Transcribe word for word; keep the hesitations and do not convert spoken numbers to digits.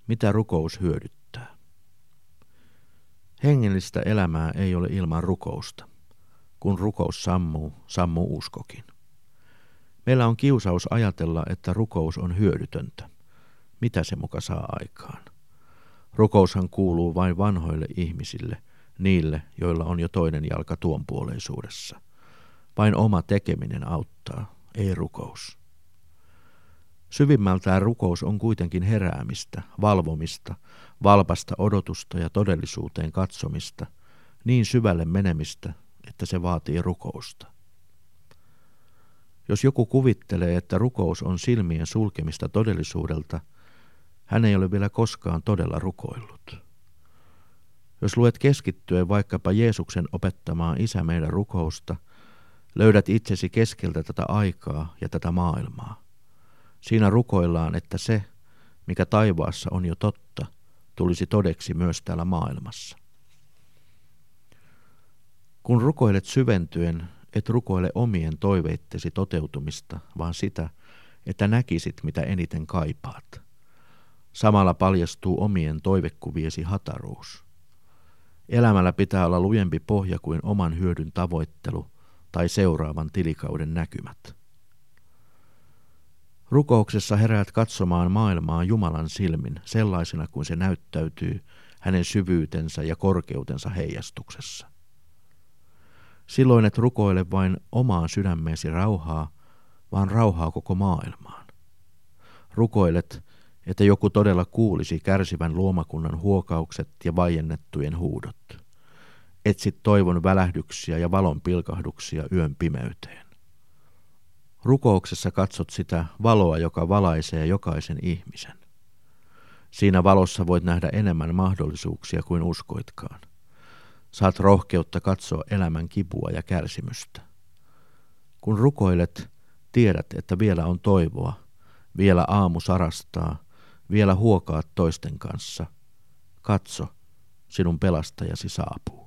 Mitä rukous hyödyttää? Hengellistä elämää ei ole ilman rukousta. Kun rukous sammuu, sammuu uskokin. Meillä on kiusaus ajatella, että rukous on hyödytöntä. Mitä se muka saa aikaan? Rukoushan kuuluu vain vanhoille ihmisille, niille, joilla on jo toinen jalka tuonpuoleisuudessa. Vain oma tekeminen auttaa, ei rukous. Syvimmältään rukous on kuitenkin heräämistä, valvomista, valpasta odotusta ja todellisuuteen katsomista, niin syvälle menemistä, että se vaatii rukousta. Jos joku kuvittelee, että rukous on silmien sulkemista todellisuudelta, hän ei ole vielä koskaan todella rukoillut. Jos luet keskittyen vaikkapa Jeesuksen opettamaan Isä meidän rukousta, löydät itsesi keskeltä tätä aikaa ja tätä maailmaa. Siinä rukoillaan, että se, mikä taivaassa on jo totta, tulisi todeksi myös täällä maailmassa. Kun rukoilet syventyen, et rukoile omien toiveittesi toteutumista, vaan sitä, että näkisit, mitä eniten kaipaat. Samalla paljastuu omien toivekuviesi hataruus. Elämällä pitää olla lujempi pohja kuin oman hyödyn tavoittelu tai seuraavan tilikauden näkymät. Rukouksessa heräät katsomaan maailmaa Jumalan silmin sellaisena kuin se näyttäytyy hänen syvyytensä ja korkeutensa heijastuksessa. Silloin et rukoile vain omaan sydämeesi rauhaa, vaan rauhaa koko maailmaan. Rukoilet, että joku todella kuulisi kärsivän luomakunnan huokaukset ja vaiennettujen huudot. Etsit toivon välähdyksiä ja valon pilkahduksia yön pimeyteen. Rukouksessa katsot sitä valoa, joka valaisee jokaisen ihmisen. Siinä valossa voit nähdä enemmän mahdollisuuksia kuin uskoitkaan. Saat rohkeutta katsoa elämän kipua ja kärsimystä. Kun rukoilet, tiedät, että vielä on toivoa, vielä aamu sarastaa, vielä huokaat toisten kanssa. Katso, sinun pelastajasi saapuu.